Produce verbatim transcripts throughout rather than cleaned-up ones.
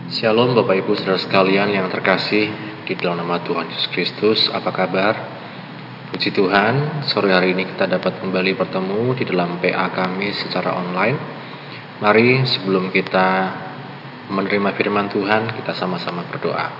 Shalom Bapak Ibu Saudara sekalian yang terkasih di dalam nama Tuhan Yesus Kristus. Apa kabar? Puji Tuhan, sore hari ini kita dapat kembali bertemu di dalam P A kami secara online. Mari sebelum kita menerima firman Tuhan, kita sama-sama berdoa.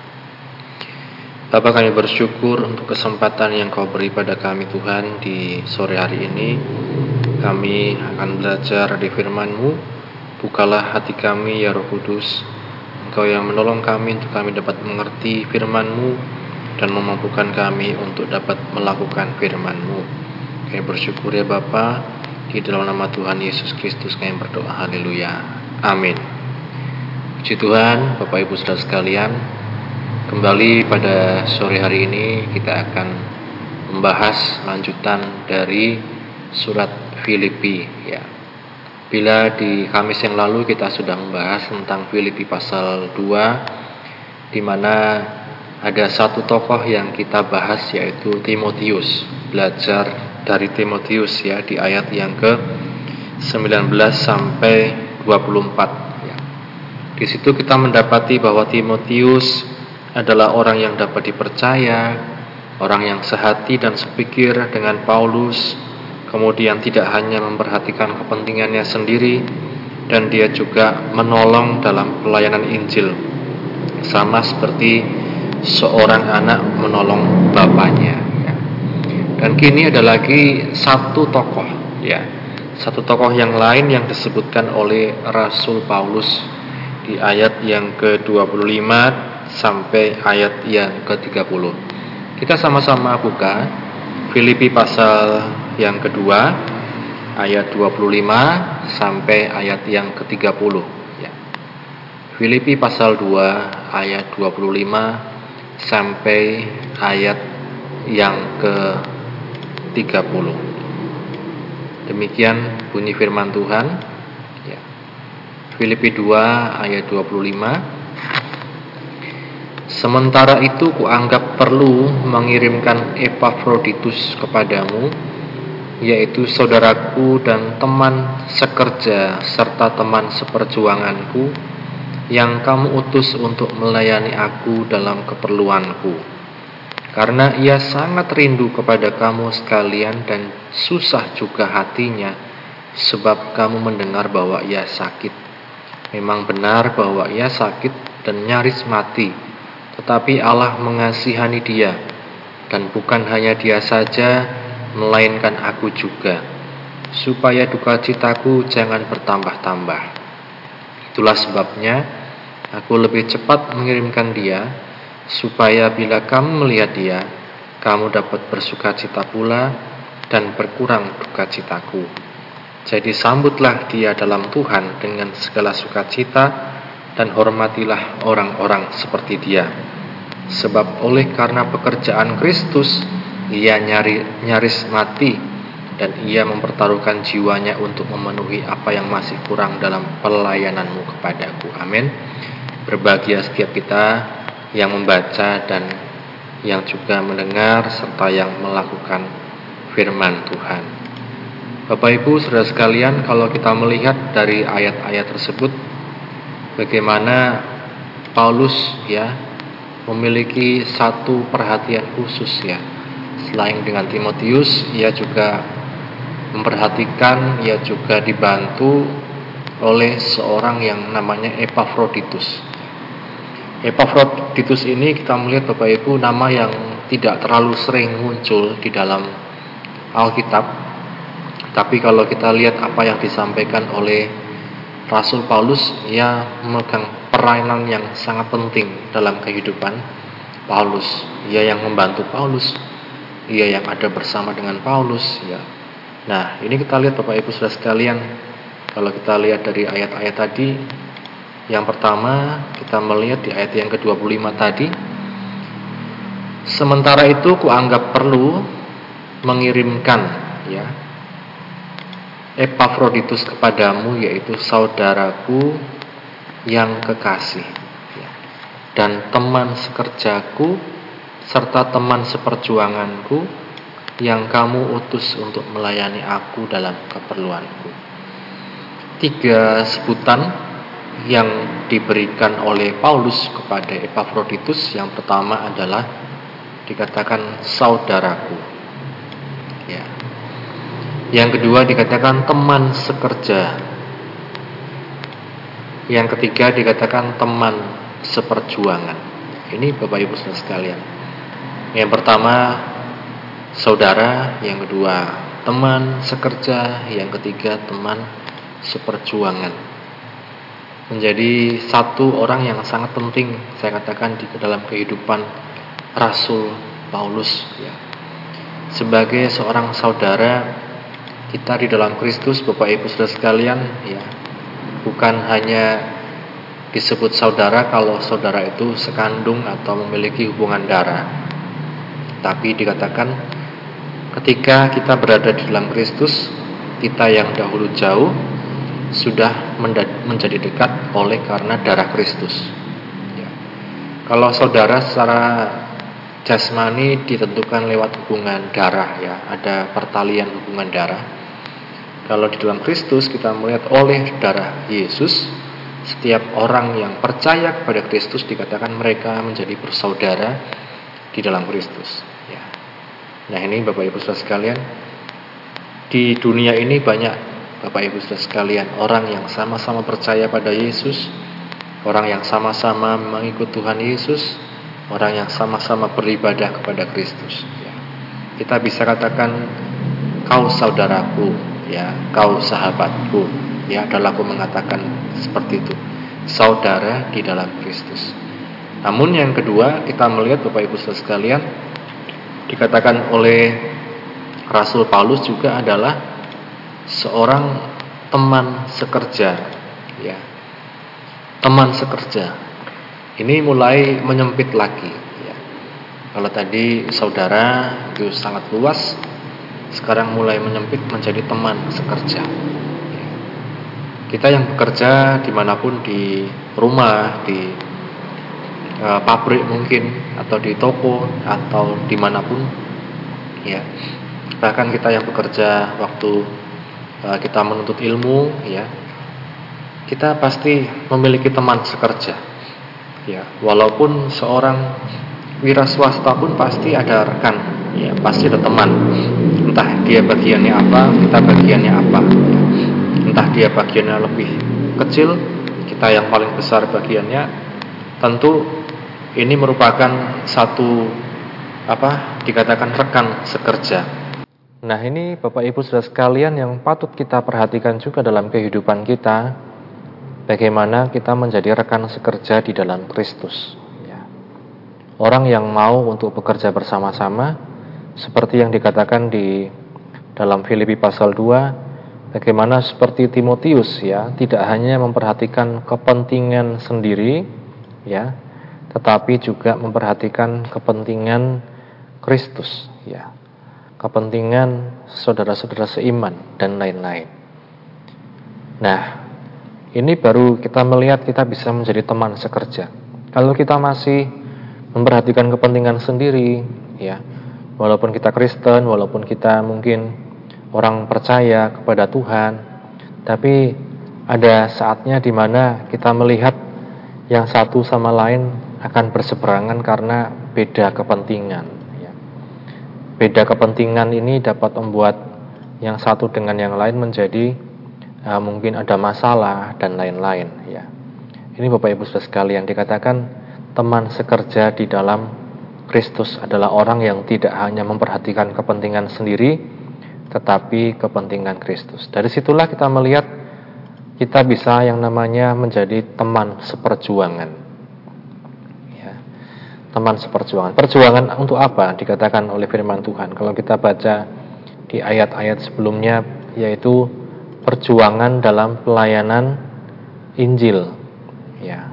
Bapa, kami bersyukur untuk kesempatan yang Kau beri pada kami Tuhan di sore hari ini. Kami akan belajar di firman-Mu. Bukalah hati kami ya Roh Kudus. Engkau yang menolong kami untuk kami dapat mengerti firman-Mu dan memampukan kami untuk dapat melakukan firman-Mu. Kami bersyukur ya Bapa, di dalam nama Tuhan Yesus Kristus kami berdoa. Haleluya. Amin. Puji Tuhan, Bapak Ibu Saudara sekalian, kembali pada sore hari ini kita akan membahas lanjutan dari surat Filipi ya. Bila di Kamis yang lalu kita sudah membahas tentang Filipi pasal dua, di mana ada satu tokoh yang kita bahas yaitu Timotius. Belajar dari Timotius ya di ayat yang ke sembilan belas sampai dua puluh empat ya. Di situ kita mendapati bahwa Timotius adalah orang yang dapat dipercaya, orang yang sehati dan sepikir dengan Paulus. Kemudian tidak hanya memperhatikan kepentingannya sendiri, dan dia juga menolong dalam pelayanan Injil, sama seperti seorang anak menolong bapaknya ya. Dan kini ada lagi satu tokoh ya, satu tokoh yang lain yang disebutkan oleh Rasul Paulus di ayat yang ke dua puluh lima sampai ayat yang ke tiga puluh. Kita sama-sama buka Filipi pasal yang kedua ayat dua puluh lima sampai ayat yang ke tiga puluh ya. Filipi pasal dua ayat dua puluh lima sampai ayat yang ke tiga puluh. Demikian bunyi firman Tuhan ya. Filipi dua ayat dua puluh lima. Sementara itu kuanggap perlu mengirimkan Epafroditus kepadamu, yaitu saudaraku dan teman sekerja serta teman seperjuanganku, yang kamu utus untuk melayani aku dalam keperluanku. Karena ia sangat rindu kepada kamu sekalian dan susah juga hatinya, sebab kamu mendengar bahwa ia sakit. Memang benar bahwa ia sakit dan nyaris mati, tetapi Allah mengasihani dia, dan bukan hanya dia saja, melainkan aku juga, supaya duka citaku jangan bertambah-tambah. Itulah sebabnya aku lebih cepat mengirimkan dia, supaya bila kamu melihat dia, kamu dapat bersuka cita pula dan berkurang duka citaku. Jadi sambutlah dia dalam Tuhan dengan segala sukacita, dan hormatilah orang-orang seperti dia. Sebab oleh karena pekerjaan Kristus, ia nyari, nyaris mati, dan ia mempertaruhkan jiwanya untuk memenuhi apa yang masih kurang dalam pelayananmu kepadaku. Amin. Berbahagia setiap kita yang membaca dan yang juga mendengar serta yang melakukan firman Tuhan. Bapak Ibu Saudara sekalian, kalau kita melihat dari ayat-ayat tersebut, bagaimana Paulus ya memiliki satu perhatian khusus ya. Selain dengan Timotius, ia juga memperhatikan, ia juga dibantu oleh seorang yang namanya Epafroditus. Epafroditus ini kita melihat Bapak Ibu nama yang tidak terlalu sering muncul di dalam Alkitab. Tapi kalau kita lihat apa yang disampaikan oleh Rasul Paulus, ia memegang peranan yang sangat penting dalam kehidupan Paulus. Ia yang membantu Paulus, ia yang ada bersama dengan Paulus ya. Nah, ini kita lihat Bapak Ibu Saudara sekalian, kalau kita lihat dari ayat-ayat tadi, yang pertama kita melihat di ayat yang ke dua puluh lima tadi, sementara itu kuanggap perlu mengirimkan ya Epafroditus kepadamu, yaitu saudaraku yang kekasih ya, dan teman sekerjaku serta teman seperjuanganku, yang kamu utus untuk melayani aku dalam keperluanku. Tiga sebutan yang diberikan oleh Paulus kepada Epafroditus yang pertama adalah dikatakan saudaraku. Ya. Yang kedua dikatakan teman sekerja. Yang ketiga dikatakan teman seperjuangan. Ini Bapak Ibu Saudara sekalian. Yang pertama saudara, yang kedua teman sekerja, yang ketiga teman seperjuangan. Menjadi satu orang yang sangat penting saya katakan di dalam kehidupan Rasul Paulus ya. Sebagai seorang saudara kita di dalam Kristus, Bapak Ibu Saudara sekalian ya, bukan hanya disebut saudara kalau saudara itu sekandung atau memiliki hubungan darah, tapi dikatakan ketika kita berada di dalam Kristus, kita yang dahulu jauh sudah menjadi dekat oleh karena darah Kristus ya. Kalau saudara secara jasmani ditentukan lewat hubungan darah ya, ada pertalian hubungan darah. Kalau di dalam Kristus kita melihat oleh darah Yesus, setiap orang yang percaya kepada Kristus dikatakan mereka menjadi bersaudara di dalam Kristus ya. Nah ini Bapak Ibu Saudara sekalian, di dunia ini banyak Bapak Ibu Saudara sekalian orang yang sama-sama percaya pada Yesus, orang yang sama-sama mengikut Tuhan Yesus, orang yang sama-sama beribadah kepada Kristus ya. Kita bisa katakan kau saudaraku ya, kau sahabatku ya, adalah aku mengatakan seperti itu, saudara di dalam Kristus. Namun yang kedua kita melihat Bapak Ibu Saudara sekalian, dikatakan oleh Rasul Paulus juga adalah seorang teman sekerja ya. Teman sekerja ini mulai menyempit lagi ya. Kalau tadi saudara itu sangat luas, sekarang mulai menyempit menjadi teman sekerja ya. Kita yang bekerja dimanapun, di rumah, di uh, pabrik mungkin, atau di toko, atau dimanapun ya. Bahkan kita yang bekerja waktu uh, kita menuntut ilmu ya, kita pasti memiliki teman sekerja ya. Walaupun seorang wira swasta pun pasti ada rekan ya, pasti ada teman. Entah dia bagiannya apa, kita bagiannya apa ya. Entah dia bagiannya lebih kecil, kita yang paling besar bagiannya. Tentu ini merupakan satu apa dikatakan rekan sekerja. Nah ini Bapak Ibu Saudara sekalian yang patut kita perhatikan juga dalam kehidupan kita, bagaimana kita menjadi rekan sekerja di dalam Kristus ya. Orang yang mau untuk bekerja bersama-sama, seperti yang dikatakan di dalam Filipi pasal dua, bagaimana seperti Timotius ya, tidak hanya memperhatikan kepentingan sendiri ya, tetapi juga memperhatikan kepentingan Kristus ya, kepentingan saudara-saudara seiman dan lain-lain. Nah, ini baru kita melihat kita bisa menjadi teman sekerja. Kalau kita masih memperhatikan kepentingan sendiri ya, walaupun kita Kristen, walaupun kita mungkin orang percaya kepada Tuhan, tapi ada saatnya di mana kita melihat yang satu sama lain akan berseberangan karena beda kepentingan ya. Beda kepentingan ini dapat membuat yang satu dengan yang lain menjadi uh, mungkin ada masalah dan lain-lain ya. Ini Bapak Ibu Saudara sekalian, dikatakan teman sekerja di dalam Kristus adalah orang yang tidak hanya memperhatikan kepentingan sendiri, tetapi kepentingan Kristus. Dari situlah kita melihat kita bisa yang namanya menjadi teman seperjuangan ya. Teman seperjuangan. Perjuangan untuk apa? Dikatakan oleh firman Tuhan. Kalau kita baca di ayat-ayat sebelumnya, yaitu perjuangan dalam pelayanan Injil ya.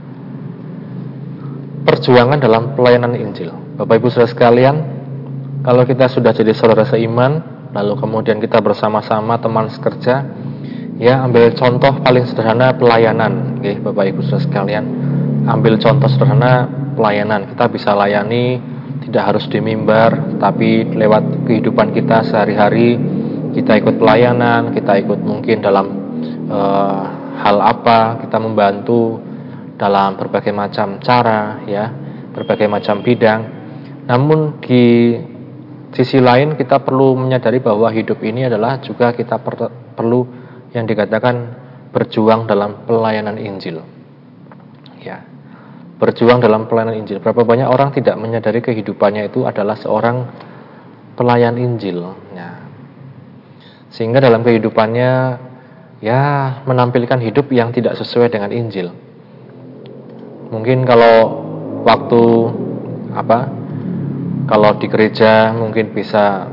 Perjuangan dalam pelayanan Injil. Bapak Ibu Saudara sekalian, kalau kita sudah jadi saudara seiman, lalu kemudian kita bersama-sama teman sekerja ya, ambil contoh paling sederhana pelayanan okay, Bapak Ibu Saudara sekalian, ambil contoh sederhana pelayanan. Kita bisa layani tidak harus di mimbar, tapi lewat kehidupan kita sehari-hari, kita ikut pelayanan, kita ikut mungkin dalam uh, hal apa, kita membantu dalam berbagai macam cara, ya, berbagai macam bidang. Namun di sisi lain kita perlu menyadari bahwa hidup ini adalah juga kita per- perlu yang dikatakan berjuang dalam pelayanan Injil. Ya, berjuang dalam pelayanan Injil. Berapa banyak orang tidak menyadari kehidupannya itu adalah seorang pelayan Injil. Ya. Sehingga dalam kehidupannya ya menampilkan hidup yang tidak sesuai dengan Injil. Mungkin kalau waktu apa? Kalau di gereja mungkin bisa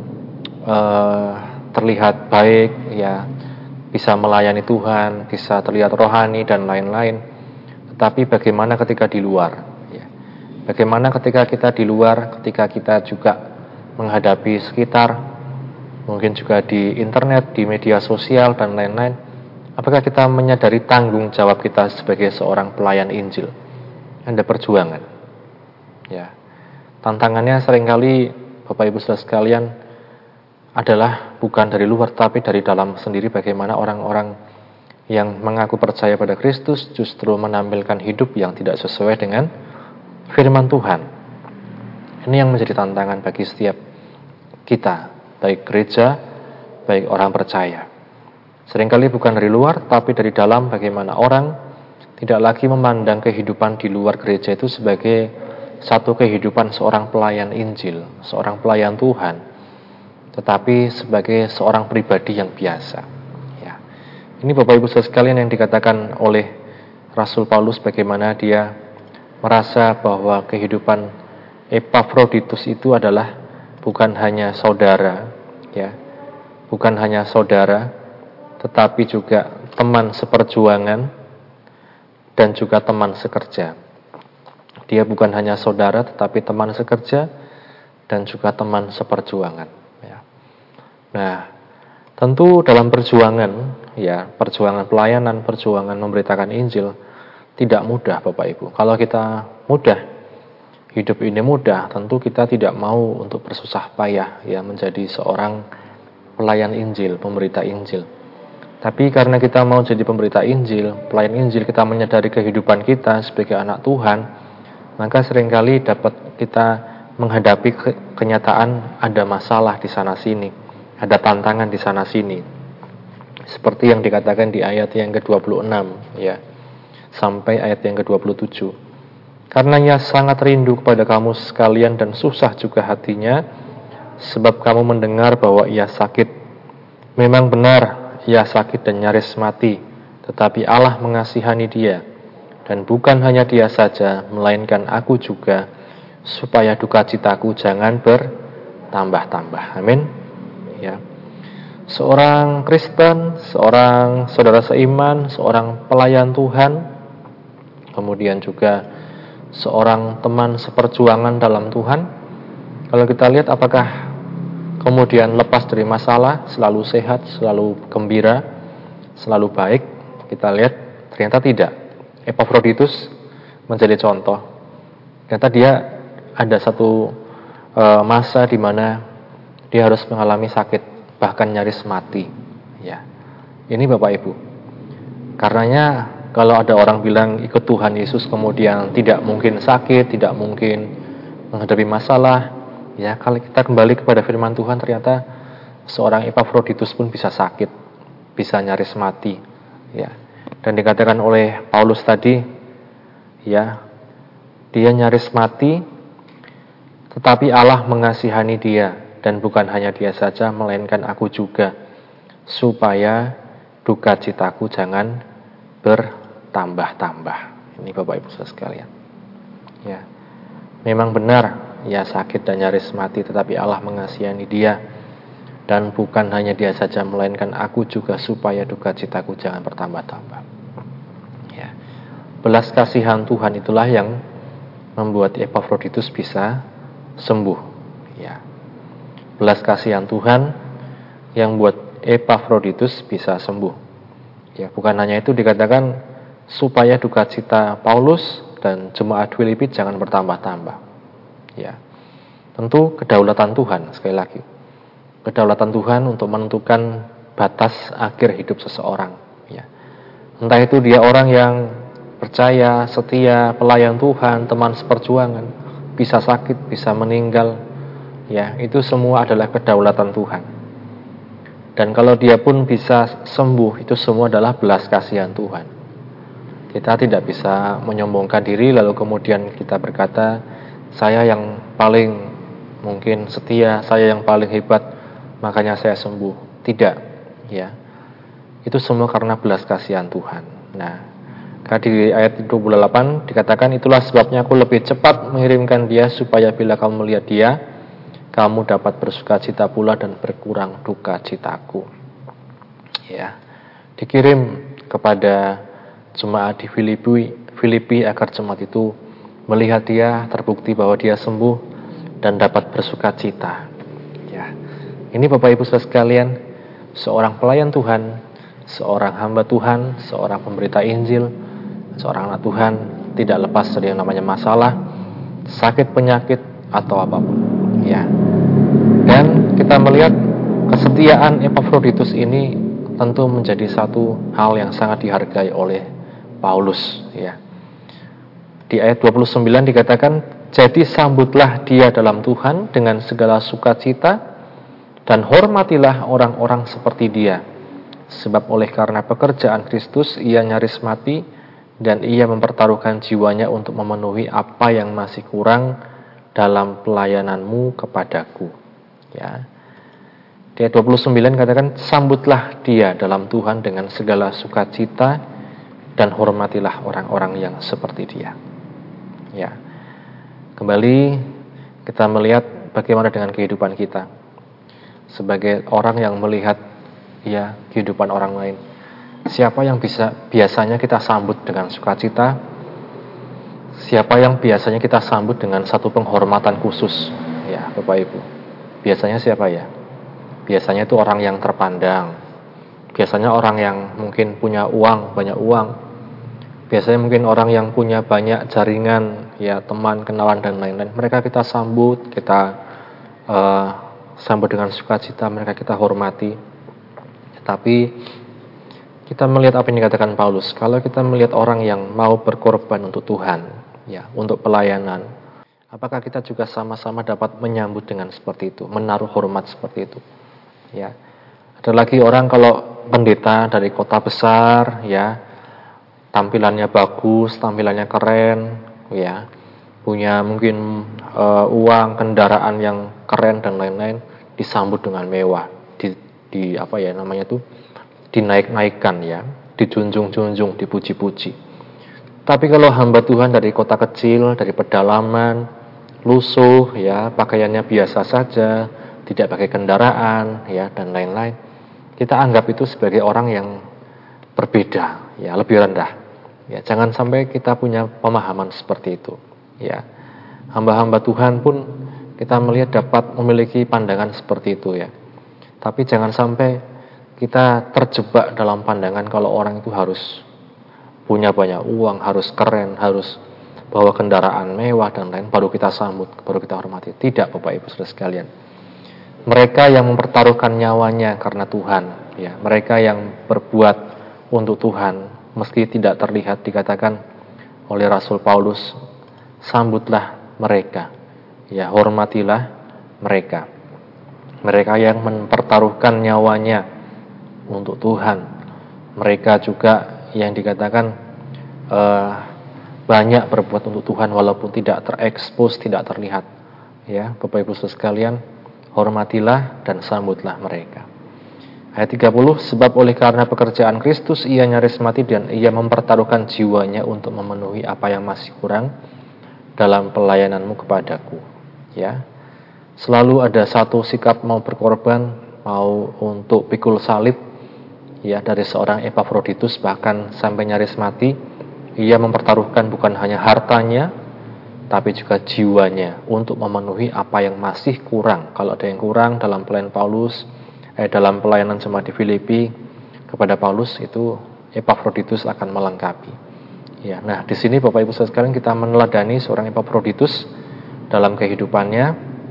uh, terlihat baik, ya, bisa melayani Tuhan, bisa terlihat rohani dan lain-lain. Tetapi bagaimana ketika di luar? Ya. Bagaimana ketika kita di luar, ketika kita juga menghadapi sekitar, mungkin juga di internet, di media sosial dan lain-lain? Apakah kita menyadari tanggung jawab kita sebagai seorang pelayan Injil? Ada perjuangan. Ya. Tantangannya seringkali Bapak Ibu Saudara sekalian adalah bukan dari luar tapi dari dalam sendiri, bagaimana orang-orang yang mengaku percaya pada Kristus justru menampilkan hidup yang tidak sesuai dengan firman Tuhan. Ini yang menjadi tantangan bagi setiap kita, baik gereja, baik orang percaya. Seringkali bukan dari luar, tapi dari dalam, bagaimana orang tidak lagi memandang kehidupan di luar gereja itu sebagai satu kehidupan seorang pelayan Injil, seorang pelayan Tuhan, tetapi sebagai seorang pribadi yang biasa. Ya. Ini Bapak Ibu Saudara sekalian yang dikatakan oleh Rasul Paulus, bagaimana dia merasa bahwa kehidupan Epafroditus itu adalah bukan hanya saudara, ya, bukan hanya saudara, tetapi juga teman seperjuangan dan juga teman sekerja. Dia bukan hanya saudara, tetapi teman sekerja dan juga teman seperjuangan. Ya. Nah, tentu dalam perjuangan, ya, perjuangan pelayanan, perjuangan memberitakan Injil tidak mudah, Bapak Ibu. Kalau kita mudah, hidup ini mudah, tentu kita tidak mau untuk bersusah payah, ya, menjadi seorang pelayan Injil, pemberita Injil. Tapi karena kita mau jadi pemberita Injil, pelayan Injil, kita menyadari kehidupan kita sebagai anak Tuhan, maka seringkali dapat kita menghadapi ke- kenyataan ada masalah di sana sini, ada tantangan di sana sini. Seperti yang dikatakan di ayat yang ke dua puluh enam, ya, sampai ayat yang ke dua puluh tujuh. Karena ia sangat rindu kepada kamu sekalian dan susah juga hatinya, sebab kamu mendengar bahwa ia sakit. Memang benar, ia sakit dan nyaris mati, tetapi Allah mengasihani dia, dan bukan hanya dia saja, melainkan aku juga, supaya duka citaku jangan bertambah-tambah. Amin. Ya. Seorang Kristen, seorang saudara seiman, seorang pelayan Tuhan, kemudian juga seorang teman seperjuangan dalam Tuhan. Kalau kita lihat, apakah kemudian lepas dari masalah, selalu sehat, selalu gembira, selalu baik? Kita lihat ternyata tidak. Epafroditus menjadi contoh. Ternyata dia ada satu e, masa di mana dia harus mengalami sakit, bahkan nyaris mati. Ya, ini Bapak Ibu. Karenanya kalau ada orang bilang ikut Tuhan Yesus kemudian tidak mungkin sakit, tidak mungkin menghadapi masalah. Ya, kalau kita kembali kepada firman Tuhan, ternyata seorang Epafroditus pun bisa sakit, bisa nyaris mati. Ya, dan dikatakan oleh Paulus tadi, ya, dia nyaris mati, tetapi Allah mengasihani dia, dan bukan hanya dia saja, melainkan aku juga, supaya duka citaku jangan bertambah-tambah. Ini Bapak Ibu Saudara sekalian. Ya, memang benar, ia sakit dan nyaris mati, tetapi Allah mengasihani dia, dan bukan hanya dia saja, melainkan aku juga, supaya duka citaku jangan bertambah-tambah. Ya. Belas kasihan Tuhan itulah yang membuat Epafroditus bisa sembuh. Ya. Belas kasihan Tuhan yang membuat Epafroditus bisa sembuh. Ya, bukan hanya itu, dikatakan supaya duka cita Paulus dan jemaat Filipi jangan bertambah-tambah. Ya, tentu kedaulatan Tuhan, sekali lagi, kedaulatan Tuhan untuk menentukan batas akhir hidup seseorang. Ya, Entah itu dia orang yang percaya, setia, pelayan Tuhan, teman seperjuangan, bisa sakit, bisa meninggal, ya, itu semua adalah kedaulatan Tuhan. Dan kalau dia pun bisa sembuh, itu semua adalah belas kasihan Tuhan. Kita tidak bisa menyombongkan diri lalu kemudian kita berkata, saya yang paling mungkin setia, saya yang paling hebat, makanya saya sembuh. Tidak, ya. Itu semua karena belas kasihan Tuhan. Nah, di ayat dua puluh delapan dikatakan, itulah sebabnya aku lebih cepat mengirimkan dia, supaya bila kamu melihat dia, kamu dapat bersuka cita pula dan berkurang duka citaku. Ya, dikirim kepada jemaat di Filipi, Filipi agar jemaat itu melihat dia, terbukti bahwa dia sembuh dan dapat bersuka cita. Ya, ini Bapak Ibu Saudara sekalian, seorang pelayan Tuhan, seorang hamba Tuhan, seorang pemberita Injil, seorang anak Tuhan tidak lepas dari yang namanya masalah, sakit, penyakit, atau apapun. Ya. Dan kita melihat kesetiaan Epafroditus ini tentu menjadi satu hal yang sangat dihargai oleh Paulus. Ya. Di ayat dua puluh sembilan dikatakan, jadi sambutlah dia dalam Tuhan dengan segala sukacita dan hormatilah orang-orang seperti dia. Sebab oleh karena pekerjaan Kristus ia nyaris mati dan ia mempertaruhkan jiwanya untuk memenuhi apa yang masih kurang dalam pelayananmu kepadaku. Ya. Di ayat dua puluh sembilan katakan, sambutlah dia dalam Tuhan dengan segala sukacita dan hormatilah orang-orang yang seperti dia. Ya. Kembali kita melihat bagaimana dengan kehidupan kita sebagai orang yang melihat ya kehidupan orang lain. Siapa yang bisa biasanya kita sambut dengan sukacita? Siapa yang biasanya kita sambut dengan satu penghormatan khusus? Ya, Bapak Ibu. Biasanya siapa ya? Biasanya itu orang yang terpandang. Biasanya orang yang mungkin punya uang, banyak uang. Biasanya mungkin orang yang punya banyak jaringan, ya teman, kenalan dan lain-lain. Mereka kita sambut, kita uh, sambut dengan sukacita, mereka kita hormati. Tapi kita melihat apa yang dikatakan Paulus. Kalau kita melihat orang yang mau berkorban untuk Tuhan, ya, untuk pelayanan, apakah kita juga sama-sama dapat menyambut dengan seperti itu, menaruh hormat seperti itu? Ya, ada lagi orang kalau pendeta dari kota besar, ya, tampilannya bagus, tampilannya keren, ya, punya mungkin uh, uang, kendaraan yang keren dan lain-lain, disambut dengan mewah, di, di apa ya namanya tuh, dinaik-naikkan, ya, dijunjung-junjung, dipuji-puji. Tapi kalau hamba Tuhan dari kota kecil, dari pedalaman, lusuh, ya, pakaiannya biasa saja, tidak pakai kendaraan, ya, dan lain-lain, kita anggap itu sebagai orang yang berbeda, ya, lebih rendah. Ya, jangan sampai kita punya pemahaman seperti itu. Ya, hamba-hamba Tuhan pun kita melihat dapat memiliki pandangan seperti itu, ya. Tapi jangan sampai kita terjebak dalam pandangan kalau orang itu harus punya banyak uang, harus keren, harus bawa kendaraan mewah dan lain, baru kita sambut, baru kita hormati. Tidak, Bapak Ibu Saudara sekalian. Mereka yang mempertaruhkan nyawanya karena Tuhan, ya, mereka yang berbuat untuk Tuhan, meski tidak terlihat, dikatakan oleh Rasul Paulus, sambutlah mereka, ya, hormatilah mereka. Mereka yang mempertaruhkan nyawanya untuk Tuhan, mereka juga yang dikatakan uh, banyak berbuat untuk Tuhan walaupun tidak terekspos, tidak terlihat. Ya, Bapak Ibu Saudara sekalian, hormatilah dan sambutlah mereka. Ayat tiga puluh, sebab oleh karena pekerjaan Kristus ia nyaris mati dan ia mempertaruhkan jiwanya untuk memenuhi apa yang masih kurang dalam pelayananmu kepadaku. Ya, selalu ada satu sikap mau berkorban, mau untuk pikul salib, ya, dari seorang Epafroditus, bahkan sampai nyaris mati. Ia mempertaruhkan bukan hanya hartanya, tapi juga jiwanya untuk memenuhi apa yang masih kurang. Kalau ada yang kurang dalam pelayanan Paulus, eh, dalam pelayanan jemaat di Filipi kepada Paulus, itu Epafroditus akan melengkapi. Ya, nah di sini Bapak Ibu Saudara sekalian kita meneladani seorang Epafroditus dalam kehidupannya,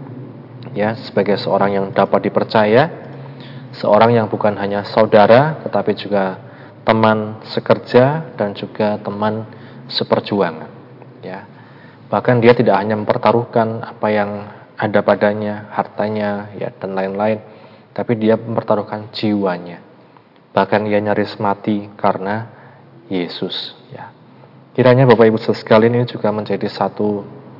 ya, sebagai seorang yang dapat dipercaya, seorang yang bukan hanya saudara, tetapi juga teman sekerja dan juga teman seperjuangan. Ya, bahkan dia tidak hanya mempertaruhkan apa yang ada padanya, hartanya, ya dan lain-lain, tapi dia mempertaruhkan jiwanya. Bahkan ia nyaris mati karena Yesus. Ya, kiranya Bapak Ibu sekalian ini juga menjadi satu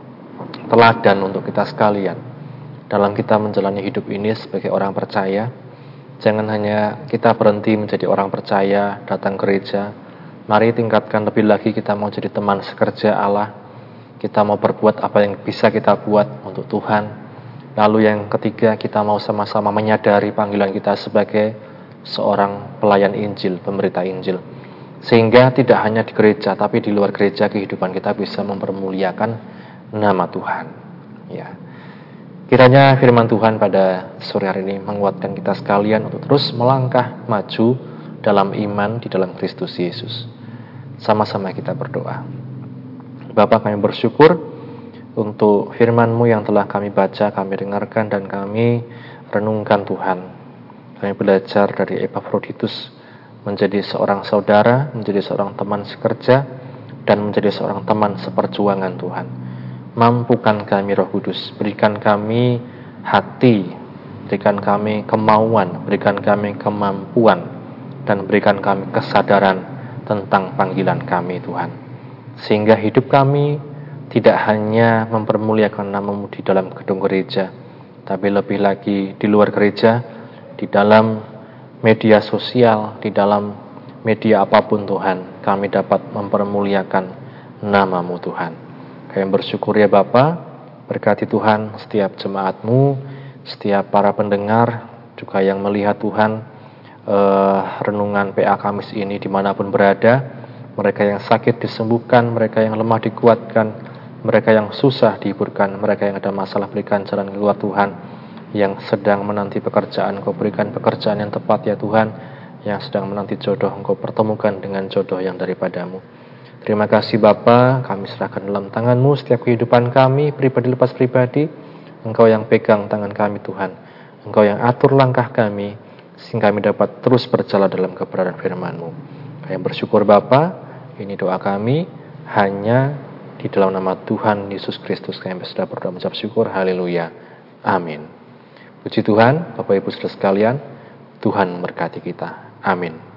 teladan untuk kita sekalian dalam kita menjalani hidup ini sebagai orang percaya. Jangan hanya kita berhenti menjadi orang percaya, datang gereja. Mari tingkatkan lebih lagi, kita mau jadi teman sekerja Allah. Kita mau berbuat apa yang bisa kita buat untuk Tuhan. Lalu yang ketiga, kita mau sama-sama menyadari panggilan kita sebagai seorang pelayan Injil, pemberita Injil. Sehingga tidak hanya di gereja, tapi di luar gereja kehidupan kita bisa mempermuliakan nama Tuhan. Ya. Kiranya firman Tuhan pada sore hari ini menguatkan kita sekalian untuk terus melangkah maju dalam iman di dalam Kristus Yesus. Sama-sama kita berdoa. Bapa, kami bersyukur untuk firman-Mu yang telah kami baca, kami dengarkan, dan kami renungkan Tuhan. Kami belajar dari Epafroditus menjadi seorang saudara, menjadi seorang teman sekerja, dan menjadi seorang teman seperjuangan Tuhan. Mampukan kami Roh Kudus, berikan kami hati, berikan kami kemauan, berikan kami kemampuan, dan berikan kami kesadaran tentang panggilan kami Tuhan. Sehingga hidup kami tidak hanya mempermuliakan nama-Mu di dalam gedung gereja, tapi lebih lagi di luar gereja, di dalam media sosial, di dalam media apapun Tuhan, kami dapat mempermuliakan nama-Mu Tuhan. Kami bersyukur ya Bapa, berkati Tuhan setiap jemaat-Mu, setiap para pendengar, juga yang melihat Tuhan eh, renungan P A Kamis ini dimanapun berada, mereka yang sakit disembuhkan, mereka yang lemah dikuatkan, mereka yang susah dihiburkan, mereka yang ada masalah berikan jalan keluar Tuhan, yang sedang menanti pekerjaan, Engkau berikan pekerjaan yang tepat ya Tuhan, yang sedang menanti jodoh, Engkau pertemukan dengan jodoh yang daripada-Mu. Terima kasih Bapa, kami serahkan dalam tangan-Mu setiap kehidupan kami, pribadi lepas pribadi. Engkau yang pegang tangan kami Tuhan, Engkau yang atur langkah kami, sehingga kami dapat terus berjalan dalam kebenaran firman-Mu. Kami bersyukur Bapa, ini doa kami, hanya di dalam nama Tuhan Yesus Kristus kami sudah berdoa mengucap syukur, haleluya, amin. Puji Tuhan, Bapak Ibu Saudara sekalian, Tuhan memberkati kita, amin.